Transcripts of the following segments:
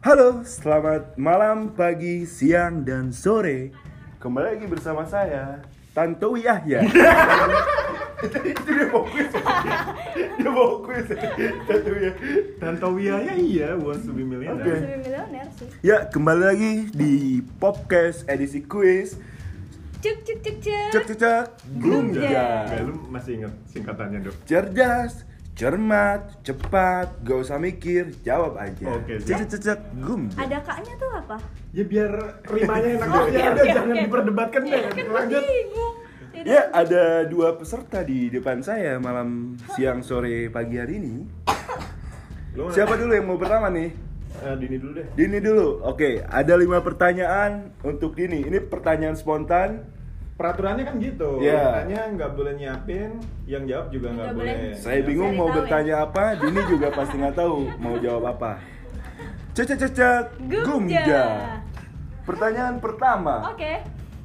Halo, selamat malam, pagi, siang, dan sore. Kembali lagi bersama saya, Tantowi Yahya. Itu dia fokus. Dia fokus. Tantowi Yahya iya, wants to be millionaire. Oke. Lebih milioner sih. Ya, kembali lagi di Popcast edisi quiz. Cek cek cek cek. Cek cek cek, Gumja. Enggak, lu masih ingat singkatannya, Dok? Cerdas, cermat, cepat, gak usah mikir, jawab aja. Oke, Cek cek cek cek, Gumja. Ada kaknya tuh apa? Ya biar rimanya enak Oh, aja, oke, udah oke, jangan oke. diperdebatkan deh. Kan gue Lanjut. bingung. Jadi, Ya, ada dua peserta di depan saya malam, siang, sore, pagi hari ini. Lu Siapa dulu yang mau pertama nih? Dini dulu deh. Dini dulu. Oke, ada 5 pertanyaan untuk Dini. Ini pertanyaan spontan. Peraturannya kan gitu. Iya. Tanya nggak boleh nyiapin, yang jawab juga nggak Nggak boleh. boleh. Saya bingung Cari mau tahu bertanya apa. Dini juga pasti nggak tahu mau jawab apa. Cek cek cek cek. Gumja. Pertanyaan pertama. Oke.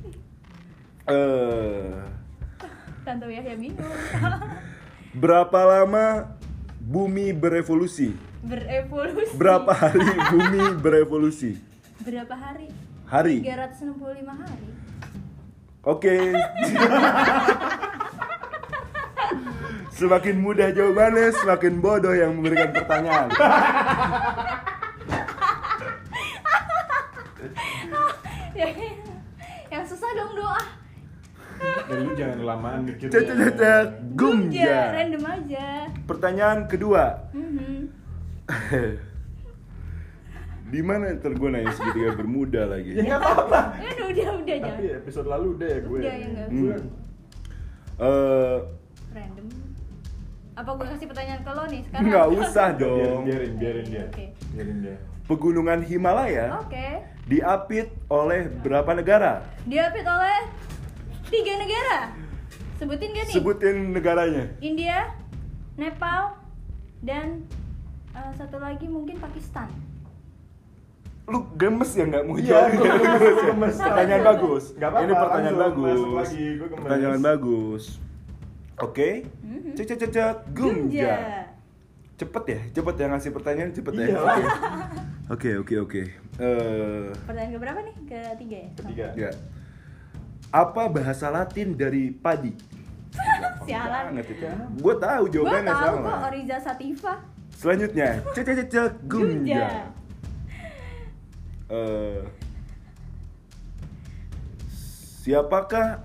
Tante Yahya bingung. Berapa lama bumi berevolusi? Berevolusi. Berapa hari bumi berevolusi? Berapa hari? Hari. 365 hari. Oke. Semakin mudah jawabannya, semakin bodoh yang memberikan pertanyaan. Yang susah dong doa. Lu jangan kelamaan mikir. Cek cek cek cek. Gumja. Random aja. Pertanyaan kedua. Mhm. Di mana ntar gue nanya segitiga bermuda lagi? Ya nggak apa-apa. Udah jangan. Tapi episode lalu udah ya gue. Udah, ya nggak Gue. Random. Apa gue kasih pertanyaan ke lo nih sekarang? Nggak usah dong. Biarin dia. Oke. Biarin dia. Pegunungan Himalaya Oke. diapit oleh berapa negara? Diapit oleh 3 negara. Sebutin gak nih? Sebutin negaranya. India, Nepal, dan satu lagi mungkin Pakistan. Lu gemes ya nggak mau Iya, jawab? gue gemes. Pertanyaan bagus. Nggak apa-apa, Ini pertanyaan langsung bagus. masuk lagi, gue gemes. Pertanyaan bagus. Oke. Mhm. Cek cek cek cek. Gumja. Gumja. Cepet ya ngasih pertanyaan cepet ya. Iya. Oke. Pertanyaan keberapa nih? Ketiga ya? Ketiga. Ya. Apa bahasa Latin dari padi? Sialan. Banget itu. Gue tahu Gue jawabannya tahu sama. kok Oriza Sativa. Selanjutnya, cek cek cek cek. Gumja. Siapakah?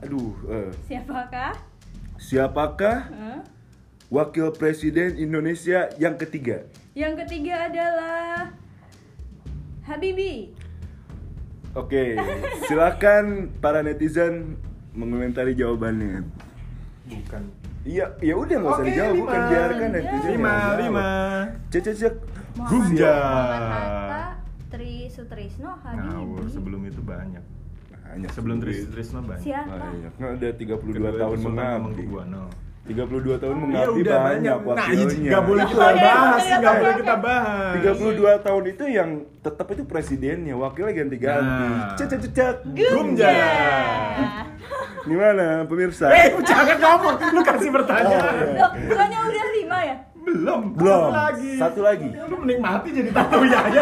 Siapakah Hah? wakil presiden Indonesia yang ketiga? Yang ketiga adalah Habibie. Oke, silakan para netizen mengomentari jawabannya. Bukan. Iya, ya udah nggak usah Oke, dijawab, bukan 5. biarkan netizen. yang jawab. Cek cek cek. Gumja. Muhammad Hatta, Tri Sutrisno, Ngawur, Habibie. sebelum itu banyak. Banyak Sebelum duit. Trisno banyak. Siapa? Banyak. Nah, udah 32 Kedua tahun Sultan mengabdi. Hamengkubuwono. 32 tahun Iya mengabdi udah banyak Nah, wakilnya. nggak boleh kita Oh, iya, bahas, iya, nggak oke, boleh oke. kita bahas. 32 tahun itu yang tetap itu presidennya, wakilnya ganti-ganti. Nah. Cek cek cek cek. Gumja. Gimana pemirsa? Jangan ngomong, lu kasih pertanyaan. Loh, bukannya udah 5 ya? Belum. Belum. Satu lagi. Lu menikmati jadi tahu ya aja.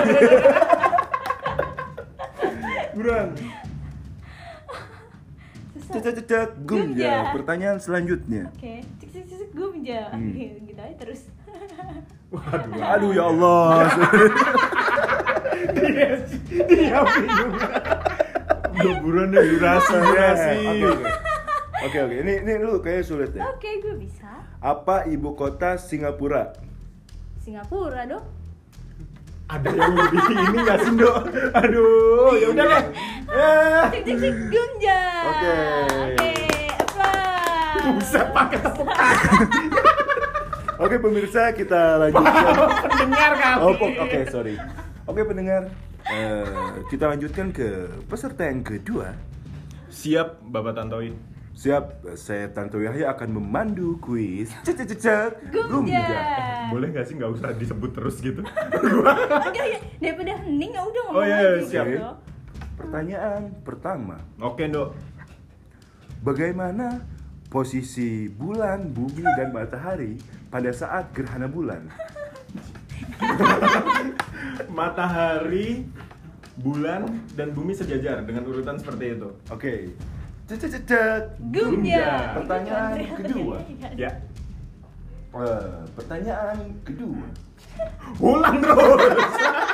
Buruan. Susah. Cek cek cek cek. Gumja. Gumja. Pertanyaan selanjutnya. Oke, cek cek cek Gumja. Oke, gitu aja terus. Waduh. Aduh ya Allah. Dia bingung. Udah buruan deh durasi. Oke. Ini lu kayaknya sulit ya. Oke, gue bisa. Apa ibu kota Singapura? Singapura dong. Ada yang lebih ini nggak sih, Dok? Aduh, ya udah deh. Cek cek cek Gumja. Oke. Oke, applause. Buset pakai tepuk tangan. Oke pemirsa, kita lanjutkan. Pendengar kali. Oke, sorry. Oke pendengar, kita lanjutkan ke peserta yang kedua. Siap, Bapak Tantowi. Siap, saya Tanto Yahya akan memandu kuis. Cek cek cek cek. Gumja. Boleh nggak sih nggak usah disebut terus gitu? Oke, daripada hening ya udah ngomong Oh, iya, lagi siap. gitu. Pertanyaan pertama. Oke, Dok. Bagaimana posisi bulan, bumi, dan matahari pada saat gerhana bulan? Matahari, bulan, dan bumi sejajar dengan urutan seperti itu. Oke. Cek. Gumja. Pertanyaan kedua. Ya. Pertanyaan kedua. Ulang terus.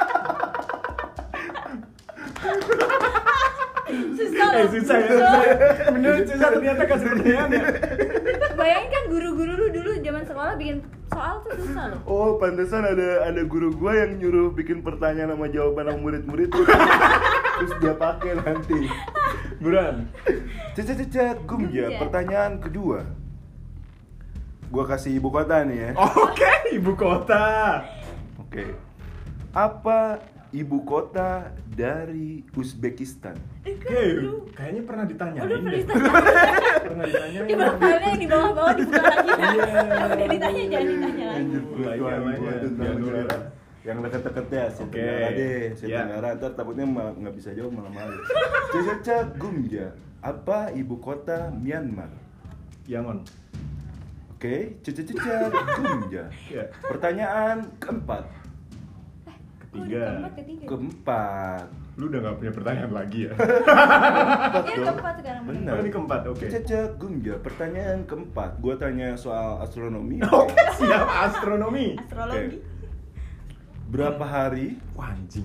Susah loh. Susah ya. Menurut susah ternyata kasih pertanyaan ya. Bayangin kan guru-guru lu dulu zaman sekolah bikin soal tuh susah loh. Oh, pantesan ada guru gua yang nyuruh bikin pertanyaan sama jawaban sama murid-murid tuh. Terus dia pakai nanti. Buran. Cek Gumja. Gumja. Pertanyaan kedua. Gua kasih ibu kota nih ya. Oke, ibu kota. Oke. Apa ibu kota dari Uzbekistan? Oke, kayaknya pernah ditanyain Udah deh. Pernah ditanyain. Di bawah-bawahnya yang di bawah-bawah dibuka lagi. Iya. Udah ditanya jangan ditanya lagi. Anjir, Iya, Tuhan, iya, gua tuh biar dulu negara. ya. Yang deket-deket ya, Asia Oke. Tenggara deh, Asia Iya. Tenggara. Ntar takutnya malah nggak bisa jawab malah malu. Cek Gumja. Apa ibu kota Myanmar? Yangon. Oke, cek Gumja. Ya. Pertanyaan keempat. Ketiga. Keempat. Lu udah gak punya pertanyaan lagi ya? Keempat Iya dong. keempat sekarang. Benar. Oh, ini keempat, oke. Cek Gumja. Pertanyaan keempat. Gua tanya soal astronomi. Oke, siap. Astronomi. Astrologi. Berapa hari? Wah, anjing.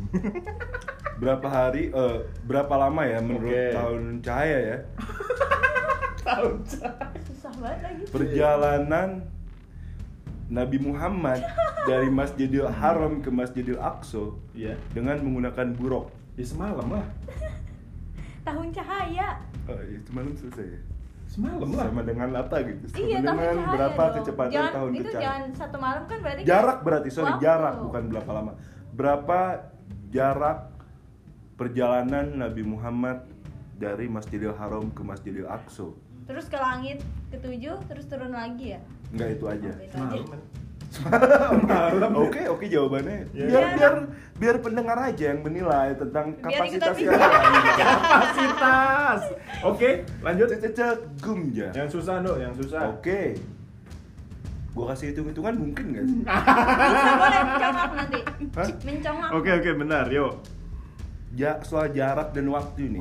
Berapa lama ya menurut Oke. tahun cahaya ya? Tahu. Susah banget lagi. Perjalanan Nabi Muhammad dari Masjidil Haram ke Masjidil Aqsa Iya. dengan menggunakan buruk. Ya semalam lah. Tahun cahaya. Oh, itu malam selesai ya? Semalam lah. Sama dengan apa gitu? Sama Iya, tahun dengan cahaya berapa dong. kecepatan Jangan- tahun itu cahaya? jangan satu malam kan berarti Jarak berarti, sorry, Waktu. jarak bukan berapa lama. Berapa jarak perjalanan Nabi Muhammad dari Masjidil Haram ke Masjidil Aqsa? Terus ke langit ketujuh terus turun lagi ya. Enggak, itu aja. Itu aja. Malam. Oke, jawabannya. Ya. Biar pendengar aja yang menilai tentang Biar kapasitas ikutan yang Kapasitas. Oke, lanjut. Cek Gumja. Yang susah, Dok, yang susah. Oke. Gua kasih hitung-hitungan mungkin gak sih? Bisa boleh mencongak nanti. Hah? Mencongak. Oke, benar, yuk. Soal jarak dan waktu nih.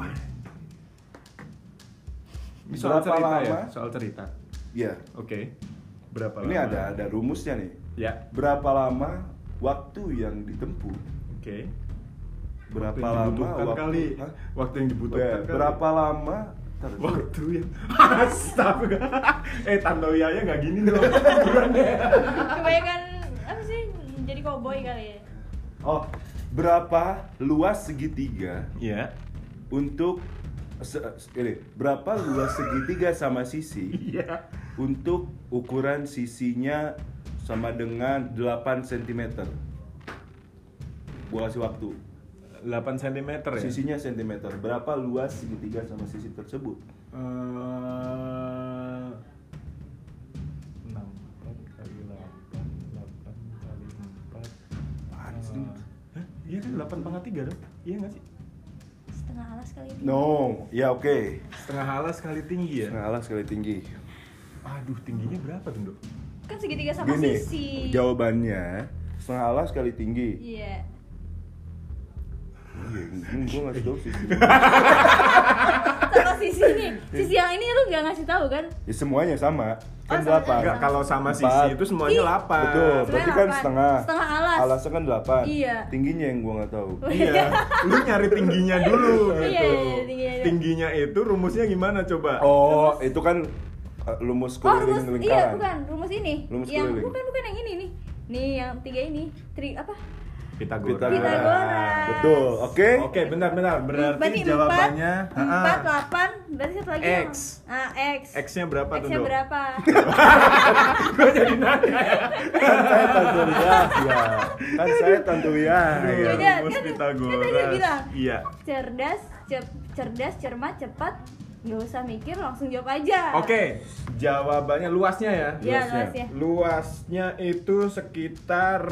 Ini soal Berapa cerita lama? ya? Soal cerita. Ya. Oke. Berapa Ini lama? ada rumusnya nih. Ya. Berapa lama waktu yang ditempuh? Oke. Berapa Waktu yang lama dibutuhkan waktu? kali? Hah? Waktu yang dibutuhkan Ya, kali? berapa lama? Ntar, Waktu yang astaga. Tantowiaya nggak gini dong. Kebanyakan apa sih? Jadi cowboy kali ya. Oh, berapa luas segitiga Iya. untuk berapa luas segitiga sama sisi Iya. untuk ukuran sisinya sama dengan 8 cm. Gua kasih waktu. 8 cm ya? Sisinya cm. Berapa luas segitiga sama sisi tersebut? 64 kali 8 kali 4. Apaan sih? Hah? Iya kan 8/3 dong? Iya nggak sih? Setengah alas kali ini. No, ya oke. Setengah alas kali tinggi ya? Setengah alas sekali tinggi. Aduh, tingginya berapa tuh, Dok? Kan segitiga sama Gini, sisi. jawabannya setengah alas sekali tinggi. Iya. Iya, gue ngasih tau sisi. Sama sisi ini. Sisi yang ini lu nggak ngasih tahu kan? Ya semuanya sama. Kan Oh, sama 8. Enggak, kalau sama sisi Empat. itu semuanya Ih. 8. Betul, berarti Sebenarnya kan 8. setengah. Setengah alas. Alasnya kan 8. Iya. Tingginya yang gua nggak tahu. Iya, lu nyari tingginya dulu Iya, gitu. iya, tingginya. Tingginya itu rumusnya gimana coba? Oh, itu kan lumus Oh, rumus keliling iya lingkaran. bukan rumus ini. Rumus yang keliling. bukan yang ini nih. Nih yang 3 ini. Apa? Pythagoras. Pythagoras. Betul, oke? Oke, benar-benar. Berarti Berarti jawabannya 4, 8, berarti satu lagi X. yang- X. X-nya berapa tuh, X-nya Dok? berapa? Gue jadi nanya ya. Kan saya tantuwiah, ya. Kan saya tantuwiah, ya. Beda. Rumus Kan Pythagoras. tadi dia bilang. Iya. Cerdas, cermat, cepat. Nggak usah mikir, langsung jawab aja. Oke, jawabannya luasnya ya. Iya, Luasnya. luasnya. Luasnya itu sekitar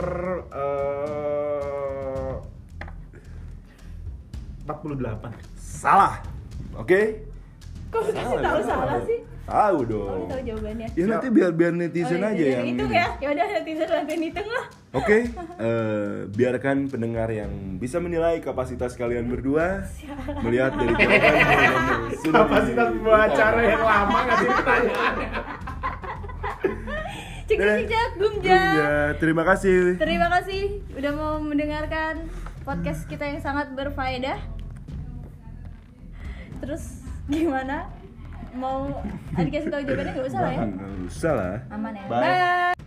48. Salah. Oke? Kok kasih tahu salah sih? Tahu Oh, dong. tahu jawabannya. Ya nanti biar netizen aja yang hitung ini. ya. Ya udah netizen bantuin hitung lah. Oke, biarkan pendengar yang bisa menilai kapasitas kalian berdua melihat dari jawaban yang sudah Kapasitas sebuah acara yang lama ngasih pertanyaan. Cek cek Gumja. Terima kasih. Terima kasih udah mau mendengarkan podcast kita yang sangat berfaedah. Terus gimana? Mau dikasih tahu jawabannya nggak usah lah ya? Nggak usah lah. Aman ya. Bye. Bye.